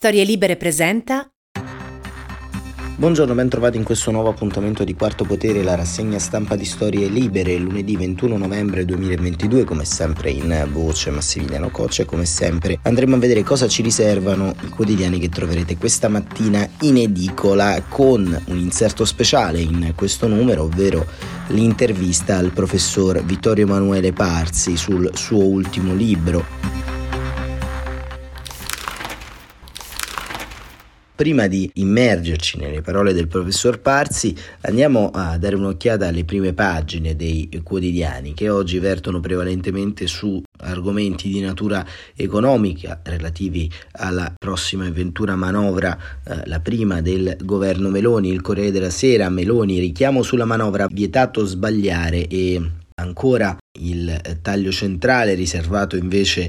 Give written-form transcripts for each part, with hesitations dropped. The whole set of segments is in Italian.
Storie Libere presenta. Buongiorno, ben trovati in questo nuovo appuntamento di Quarto Potere, la rassegna stampa di Storie Libere, lunedì 21 novembre 2022, come sempre in voce Massimiliano Coccia e come sempre andremo a vedere cosa ci riservano i quotidiani che troverete questa mattina in edicola, con un inserto speciale in questo numero, ovvero l'intervista al professor Vittorio Emanuele Parzi sul suo ultimo libro. Prima di immergerci nelle parole del professor Parzi, andiamo a dare un'occhiata alle prime pagine dei quotidiani, che oggi vertono prevalentemente su argomenti di natura economica relativi alla prossima e ventura manovra, la prima del governo Meloni. Il Corriere della Sera: Meloni, richiamo sulla manovra, vietato sbagliare, e ancora il taglio centrale riservato invece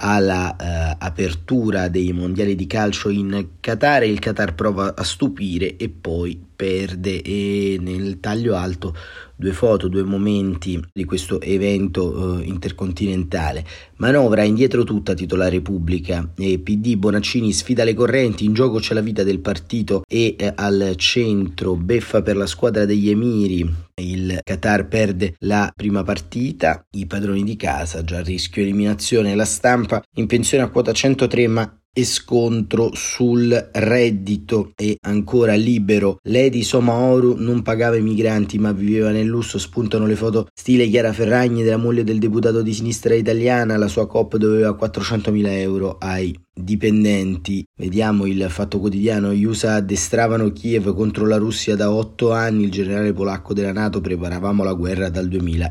alla apertura dei mondiali di calcio in Qatar. Il Qatar prova a stupire e poi perde, e nel taglio alto due foto, due momenti di questo evento intercontinentale. Manovra indietro tutta, titola Repubblica, e PD Bonaccini sfida le correnti, in gioco c'è la vita del partito, e al centro beffa per la squadra degli emiri. Il Qatar perde la prima partita, i padroni di casa già a rischio eliminazione. La Stampa: in pensione a quota 103 ma e scontro sul reddito. E ancora Libero: Lady Soumahoro non pagava i migranti ma viveva nel lusso, spuntano le foto stile Chiara Ferragni della moglie del deputato di sinistra italiana, la sua coop doveva 400.000 euro ai dipendenti. Vediamo il Fatto Quotidiano: gli USA addestravano Kiev contro la Russia da 8 anni, il generale polacco della NATO, preparavamo la guerra dal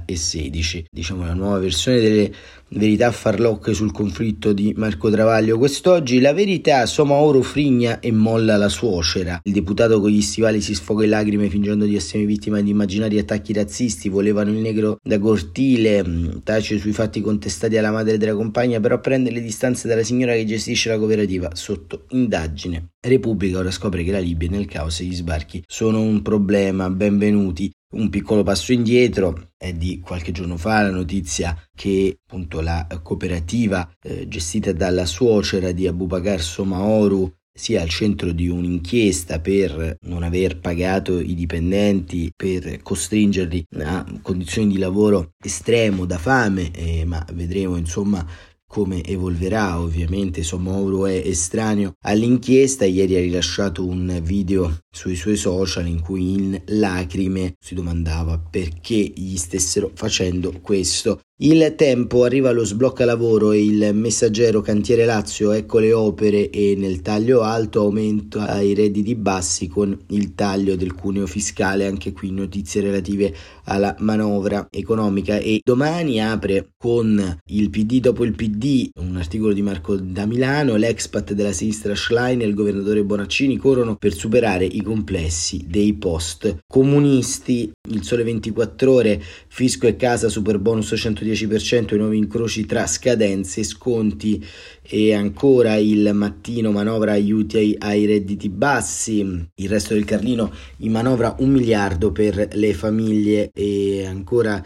2016. Diciamo la nuova versione delle verità farlocche sul conflitto di Marco Travaglio. Quest'oggi La Verità: Soumahoro frigna e molla la suocera, il deputato con gli stivali si sfoga in lacrime fingendo di essere vittima di immaginari attacchi razzisti, volevano il negro da cortile, tace sui fatti contestati alla madre della compagna, però prende le distanze dalla signora che gestisce la cooperativa, sotto indagine. Repubblica: ora scopre che la Libia è nel caos e gli sbarchi sono un problema, benvenuti. Un piccolo passo indietro, è di qualche giorno fa la notizia che appunto la cooperativa gestita dalla suocera di Abubakar Soumahoro sia al centro di un'inchiesta per non aver pagato i dipendenti, per costringerli a condizioni di lavoro estremo, da fame, ma vedremo insomma come evolverà. Ovviamente Soumahoro è estraneo all'inchiesta. Ieri ha rilasciato un video sui suoi social in cui in lacrime si domandava perché gli stessero facendo questo. Il Tempo: arriva lo sblocca lavoro, e il Messaggero: cantiere Lazio, ecco le opere, e nel taglio alto aumento ai redditi bassi con il taglio del cuneo fiscale. Anche qui notizie relative alla manovra economica. E Domani apre con il PD dopo il PD, un articolo di Marco da Milano: l'expat della sinistra Schlein e il governatore Bonaccini corrono per superare i complessi dei post comunisti. Il Sole 24 Ore: fisco e casa, super bonus 110%, i nuovi incroci tra scadenze e sconti. E ancora Il Mattino: manovra aiuti ai redditi bassi. Il Resto del Carlino: in manovra 1 miliardo per le famiglie. E ancora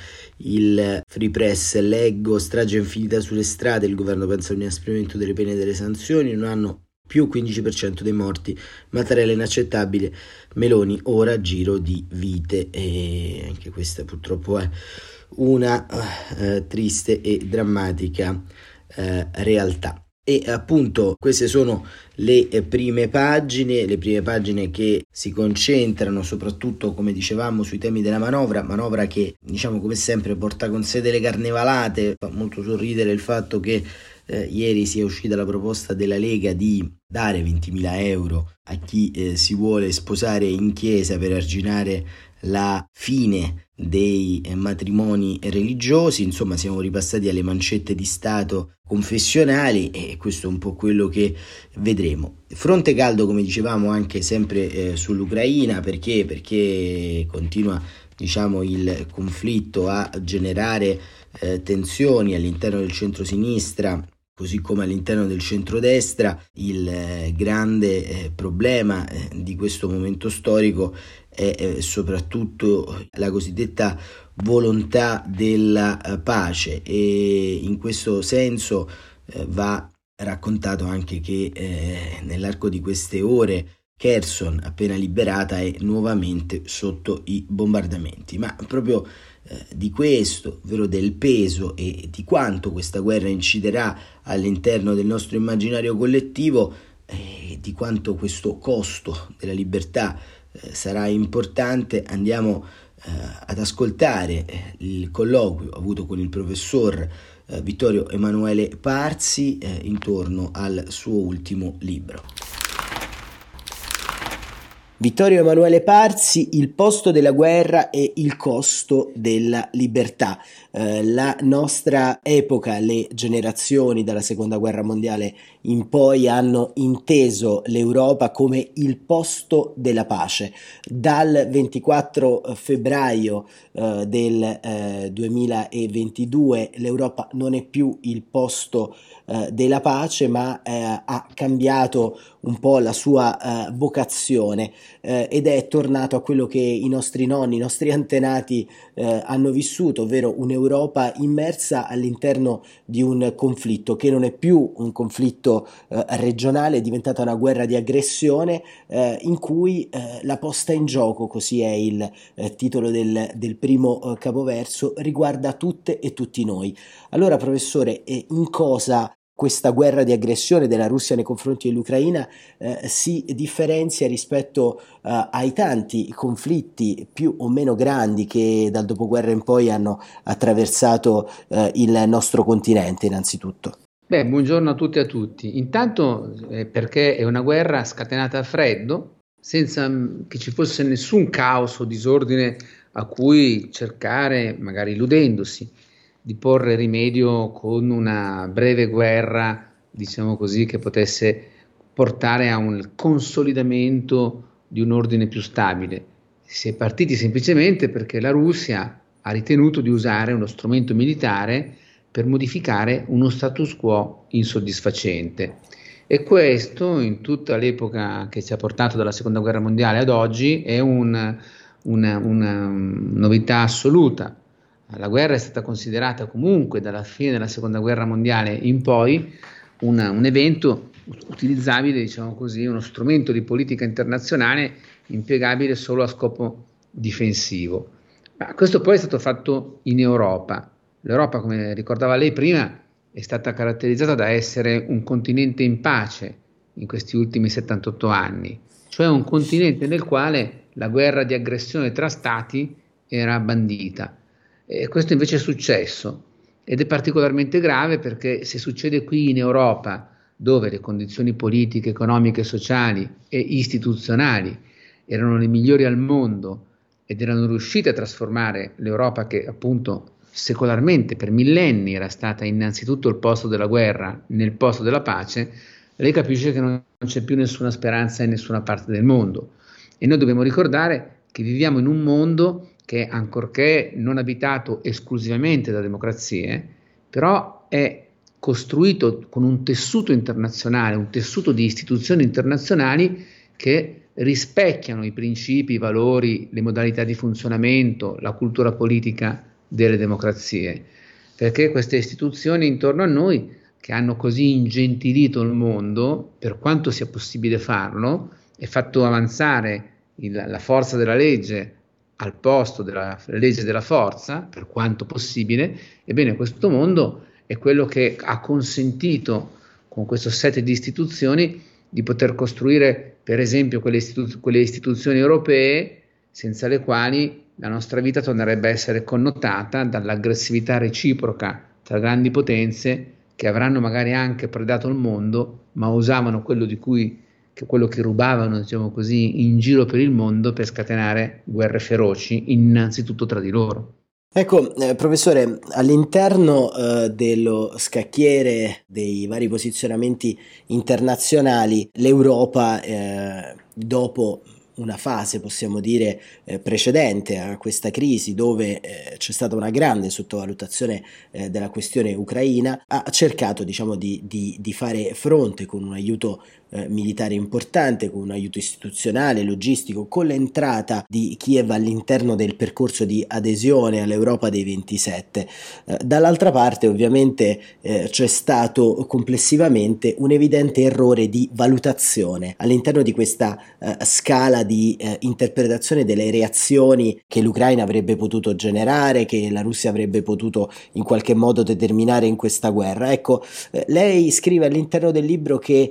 il Free Press: leggo, strage infinita sulle strade, il governo pensa a un inasprimento delle pene e delle sanzioni, in un anno più 15% dei morti, Mattarella inaccettabile, Meloni ora giro di vite. E anche questa purtroppo è una triste e drammatica realtà. E appunto queste sono le prime pagine che si concentrano soprattutto, come dicevamo, sui temi della manovra che, diciamo, come sempre porta con sé delle carnevalate. Fa molto sorridere il fatto che ieri sia uscita la proposta della Lega di dare 20.000 euro a chi si vuole sposare in chiesa per arginare la fine dei matrimoni religiosi. Insomma, siamo ripassati alle mancette di Stato confessionali, e questo è un po' quello che vedremo. Fronte caldo, come dicevamo, anche sempre sull'Ucraina, perché continua, diciamo, il conflitto a generare tensioni all'interno del centro-sinistra, così come all'interno del centrodestra. Il grande problema di questo momento storico è soprattutto la cosiddetta volontà della pace, e in questo senso va raccontato anche che nell'arco di queste ore Kherson, appena liberata, è nuovamente sotto i bombardamenti. Ma proprio di questo, ovvero del peso e di quanto questa guerra inciderà all'interno del nostro immaginario collettivo, e di quanto questo costo della libertà sarà importante, andiamo ad ascoltare il colloquio avuto con il professor Vittorio Emanuele Parsi intorno al suo ultimo libro. Vittorio Emanuele Parsi, Il posto della guerra e il costo della libertà. La nostra epoca, le generazioni dalla seconda guerra mondiale in poi hanno inteso l'Europa come il posto della pace. Dal 24 febbraio del 2022 l'Europa non è più il posto della pace, ma ha cambiato un po' la sua vocazione ed è tornato a quello che i nostri nonni, i nostri antenati hanno vissuto, ovvero un'Europa immersa all'interno di un conflitto che non è più un conflitto regionale, è diventata una guerra di aggressione in cui la posta in gioco, così è il titolo del primo capoverso, riguarda tutte e tutti noi. Allora, professore, in cosa questa guerra di aggressione della Russia nei confronti dell'Ucraina si differenzia rispetto ai tanti conflitti più o meno grandi che dal dopoguerra in poi hanno attraversato il nostro continente, innanzitutto? Buongiorno a tutti e a tutti. Intanto perché è una guerra scatenata a freddo, senza che ci fosse nessun caos o disordine a cui cercare, magari illudendosi, di porre rimedio con una breve guerra, diciamo così, che potesse portare a un consolidamento di un ordine più stabile. Si è partiti semplicemente perché la Russia ha ritenuto di usare uno strumento militare per modificare uno status quo insoddisfacente. E questo, in tutta l'epoca che ci ha portato dalla seconda guerra mondiale ad oggi, è una novità assoluta. La guerra è stata considerata comunque dalla fine della seconda guerra mondiale in poi un evento utilizzabile, diciamo così, uno strumento di politica internazionale impiegabile solo a scopo difensivo. Ma questo poi è stato fatto in Europa. L'Europa, come ricordava lei prima, è stata caratterizzata da essere un continente in pace in questi ultimi 78 anni, cioè un continente nel quale la guerra di aggressione tra stati era bandita. E questo invece è successo ed è particolarmente grave perché se succede qui in Europa, dove le condizioni politiche, economiche, sociali e istituzionali erano le migliori al mondo ed erano riuscite a trasformare l'Europa che appunto secolarmente per millenni era stata innanzitutto il posto della guerra nel posto della pace, lei capisce che non c'è più nessuna speranza in nessuna parte del mondo. E noi dobbiamo ricordare che viviamo in un mondo che, ancorché non abitato esclusivamente da democrazie, però è costruito con un tessuto internazionale, un tessuto di istituzioni internazionali che rispecchiano i principi, i valori, le modalità di funzionamento, la cultura politica delle democrazie, perché queste istituzioni intorno a noi, che hanno così ingentilito il mondo, per quanto sia possibile farlo, e fatto avanzare la forza della legge al posto della legge della forza, per quanto possibile, ebbene questo mondo è quello che ha consentito, con questo set di istituzioni, di poter costruire, per esempio, quelle istituzioni europee senza le quali la nostra vita tornerebbe a essere connotata dall'aggressività reciproca tra grandi potenze che avranno magari anche predato il mondo, ma usavano quello che rubavano, diciamo così, in giro per il mondo per scatenare guerre feroci, innanzitutto tra di loro. Ecco, professore, all'interno dello scacchiere dei vari posizionamenti internazionali, l'Europa, dopo una fase, possiamo dire, precedente a questa crisi, dove c'è stata una grande sottovalutazione della questione ucraina, ha cercato, diciamo, di fare fronte con un aiuto militare importante, con un aiuto istituzionale, logistico, con l'entrata di Kiev all'interno del percorso di adesione all'Europa dei 27. Dall'altra parte ovviamente c'è stato complessivamente un evidente errore di valutazione all'interno di questa scala di interpretazione delle reazioni che l'Ucraina avrebbe potuto generare, che la Russia avrebbe potuto in qualche modo determinare in questa guerra. Ecco, lei scrive all'interno del libro che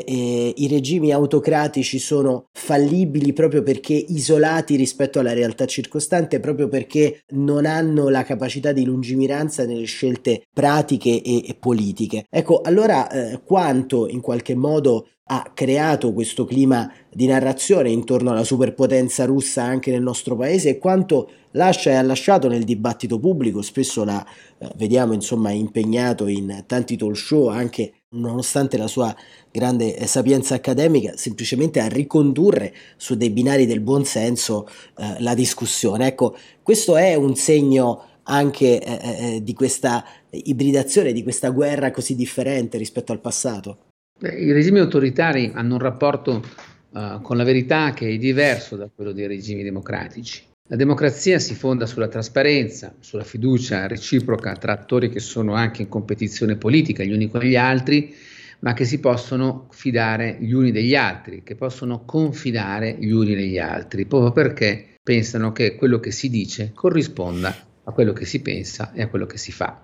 i regimi autocratici sono fallibili proprio perché isolati rispetto alla realtà circostante, proprio perché non hanno la capacità di lungimiranza nelle scelte pratiche e politiche. Ecco, allora quanto in qualche modo ha creato questo clima di narrazione intorno alla superpotenza russa anche nel nostro paese, e quanto lascia e ha lasciato nel dibattito pubblico. Spesso la vediamo insomma impegnato in tanti talk show, anche nonostante la sua grande sapienza accademica, semplicemente a ricondurre su dei binari del buonsenso la discussione. Ecco, questo è un segno anche di questa ibridazione, di questa guerra così differente rispetto al passato. I regimi autoritari hanno un rapporto con la verità che è diverso da quello dei regimi democratici. La democrazia si fonda sulla trasparenza, sulla fiducia reciproca tra attori che sono anche in competizione politica gli uni con gli altri, ma che si possono fidare gli uni degli altri, che possono confidare gli uni negli altri, proprio perché pensano che quello che si dice corrisponda a quello che si pensa e a quello che si fa.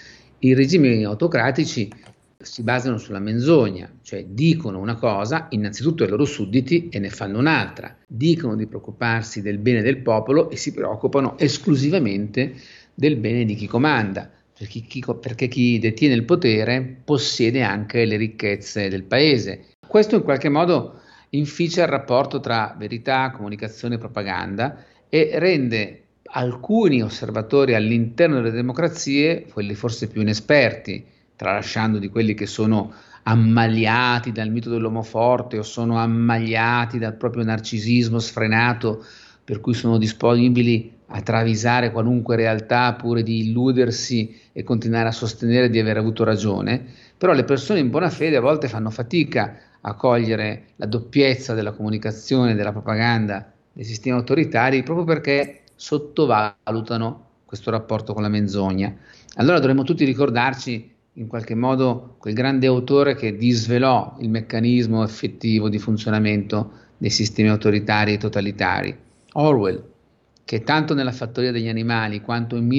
I regimi autocratici si basano sulla menzogna, cioè dicono una cosa innanzitutto ai loro sudditi e ne fanno un'altra, dicono di preoccuparsi del bene del popolo e si preoccupano esclusivamente del bene di chi comanda, perché chi detiene il potere possiede anche le ricchezze del paese. Questo in qualche modo inficia il rapporto tra verità, comunicazione e propaganda e rende alcuni osservatori all'interno delle democrazie, quelli forse più inesperti, tralasciando di quelli che sono ammaliati dal mito dell'uomo forte o sono ammaliati dal proprio narcisismo sfrenato, per cui sono disponibili a travisare qualunque realtà pure di illudersi e continuare a sostenere di aver avuto ragione. Però le persone in buona fede a volte fanno fatica a cogliere la doppiezza della comunicazione, della propaganda dei sistemi autoritari, proprio perché sottovalutano questo rapporto con la menzogna. Allora dovremmo tutti ricordarci in qualche modo quel grande autore che disvelò il meccanismo effettivo di funzionamento dei sistemi autoritari e totalitari, Orwell, che tanto nella Fattoria degli animali quanto in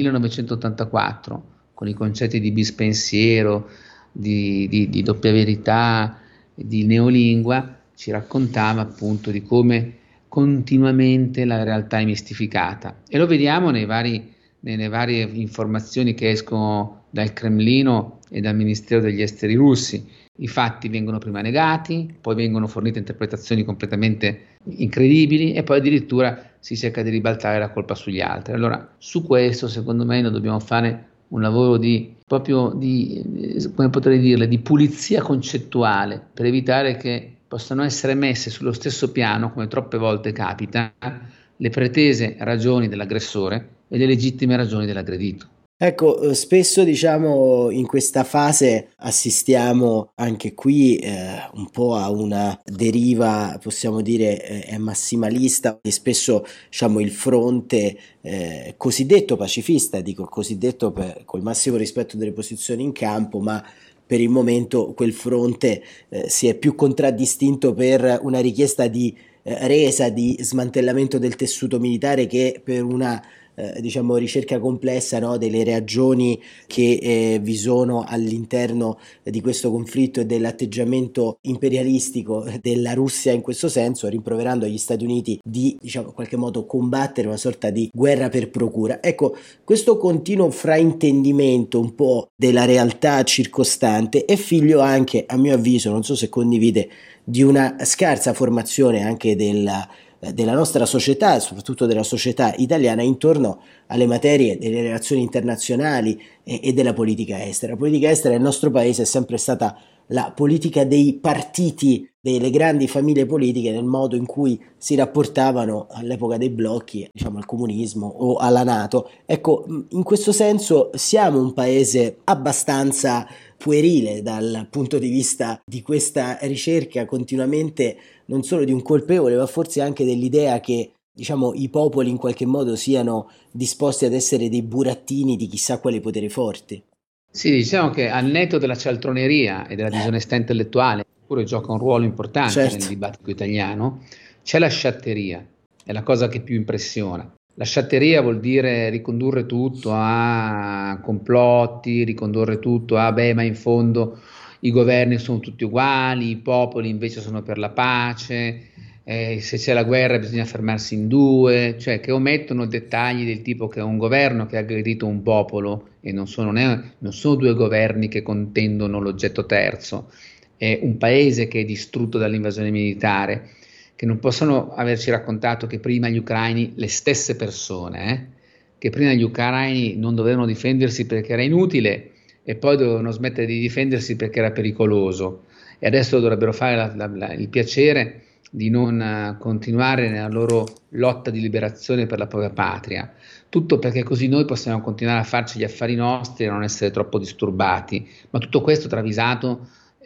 1984, con i concetti di bispensiero, di doppia verità, di neolingua, ci raccontava appunto di come continuamente la realtà è mistificata, e lo vediamo nelle varie informazioni che escono dal Cremlino e dal Ministero degli Esteri russi. I fatti vengono prima negati, poi vengono fornite interpretazioni completamente incredibili e poi addirittura si cerca di ribaltare la colpa sugli altri. Allora, su questo secondo me noi dobbiamo fare un lavoro come potrei dirle, di pulizia concettuale, per evitare che possano essere messe sullo stesso piano, come troppe volte capita, le pretese ragioni dell'aggressore e le legittime ragioni dell'aggredito. Ecco, spesso diciamo in questa fase assistiamo anche qui un po' a una deriva, possiamo dire, massimalista, e spesso diciamo il fronte cosiddetto pacifista, dico cosiddetto col massimo rispetto delle posizioni in campo, ma per il momento quel fronte si è più contraddistinto per una richiesta di resa, di smantellamento del tessuto militare, che per una diciamo ricerca complessa, no, delle ragioni che vi sono all'interno di questo conflitto e dell'atteggiamento imperialistico della Russia in questo senso, rimproverando agli Stati Uniti di, diciamo, in qualche modo combattere una sorta di guerra per procura. Ecco, questo continuo fraintendimento un po' della realtà circostante è figlio anche, a mio avviso, non so se condivide, di una scarsa formazione anche della nostra società, soprattutto della società italiana, intorno alle materie delle relazioni internazionali e della politica estera. La politica estera nel nostro paese è sempre stata la politica dei partiti, delle grandi famiglie politiche, nel modo in cui si rapportavano all'epoca dei blocchi, diciamo al comunismo o alla NATO. Ecco, in questo senso siamo un paese abbastanza puerile dal punto di vista di questa ricerca continuamente non solo di un colpevole, ma forse anche dell'idea che, diciamo, i popoli in qualche modo siano disposti ad essere dei burattini di chissà quale potere forte. Sì, diciamo che al netto della cialtroneria e della disonestà intellettuale, che pure gioca un ruolo importante nel Certo. dibattito italiano, c'è la sciatteria, è la cosa che più impressiona. La sciatteria vuol dire ricondurre tutto a complotti, ricondurre tutto a, beh, ma in fondo i governi sono tutti uguali, i popoli invece sono per la pace, se c'è la guerra bisogna fermarsi in due, cioè che omettono dettagli del tipo che un governo che ha aggredito un popolo, e non sono due governi che contendono l'oggetto terzo, è un paese che è distrutto dall'invasione militare, che non possono averci raccontato che prima gli ucraini, le stesse persone, che prima gli ucraini non dovevano difendersi perché era inutile e poi dovevano smettere di difendersi perché era pericoloso, e adesso dovrebbero fare il piacere di non continuare nella loro lotta di liberazione per la propria patria. Tutto perché così noi possiamo continuare a farci gli affari nostri e non essere troppo disturbati, ma tutto questo travisato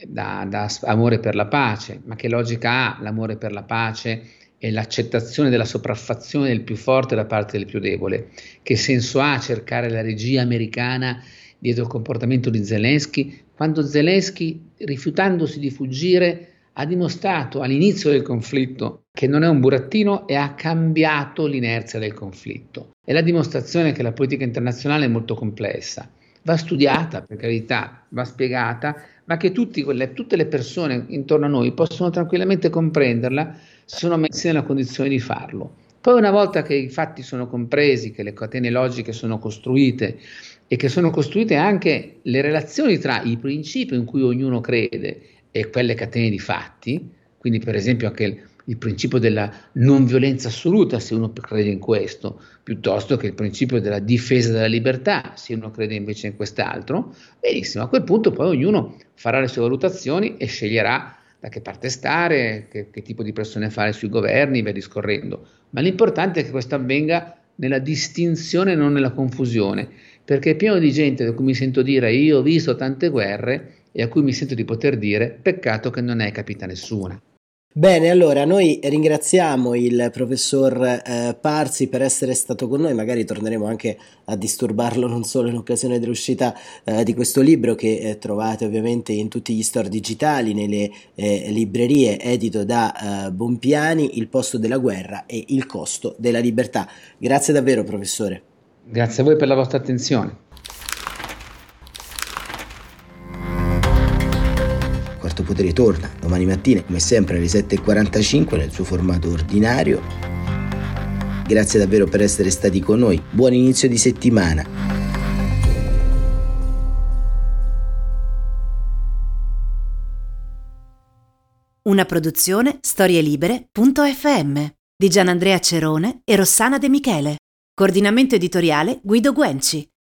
da amore per la pace. Ma che logica ha l'amore per la pace e l'accettazione della sopraffazione del più forte da parte del più debole? Che senso ha cercare la regia americana dietro il comportamento di Zelensky, quando Zelensky, rifiutandosi di fuggire, ha dimostrato all'inizio del conflitto che non è un burattino e ha cambiato l'inerzia del conflitto? È la dimostrazione che la politica internazionale è molto complessa, va studiata, per carità, va spiegata, ma che tutte le persone intorno a noi possono tranquillamente comprenderla se sono messi nella condizione di farlo. Poi, una volta che i fatti sono compresi, che le catene logiche sono costruite e che sono costruite anche le relazioni tra i principi in cui ognuno crede e quelle catene di fatti, quindi per esempio anche il principio della non violenza assoluta, se uno crede in questo, piuttosto che il principio della difesa della libertà, se uno crede invece in quest'altro, benissimo, a quel punto poi ognuno farà le sue valutazioni e sceglierà da che parte stare, che tipo di pressione fare sui governi, via discorrendo. Ma l'importante è che questo avvenga nella distinzione e non nella confusione, perché è pieno di gente da cui mi sento dire io ho visto tante guerre e a cui mi sento di poter dire peccato che non ne è capita nessuna. Bene, allora noi ringraziamo il professor Parsi per essere stato con noi, magari torneremo anche a disturbarlo non solo in occasione dell'uscita di questo libro che trovate ovviamente in tutti gli store digitali, nelle librerie, edito da Bompiani, Il posto della guerra e Il costo della libertà. Grazie davvero, professore. Grazie a voi per la vostra attenzione. Quarto Potere torna domani mattina, come sempre alle 7:45 nel suo formato ordinario. Grazie davvero per essere stati con noi. Buon inizio di settimana. Una produzione storielibere.fm di Gianandrea Cerone e Rossana De Michele. Coordinamento editoriale Guido Guenci.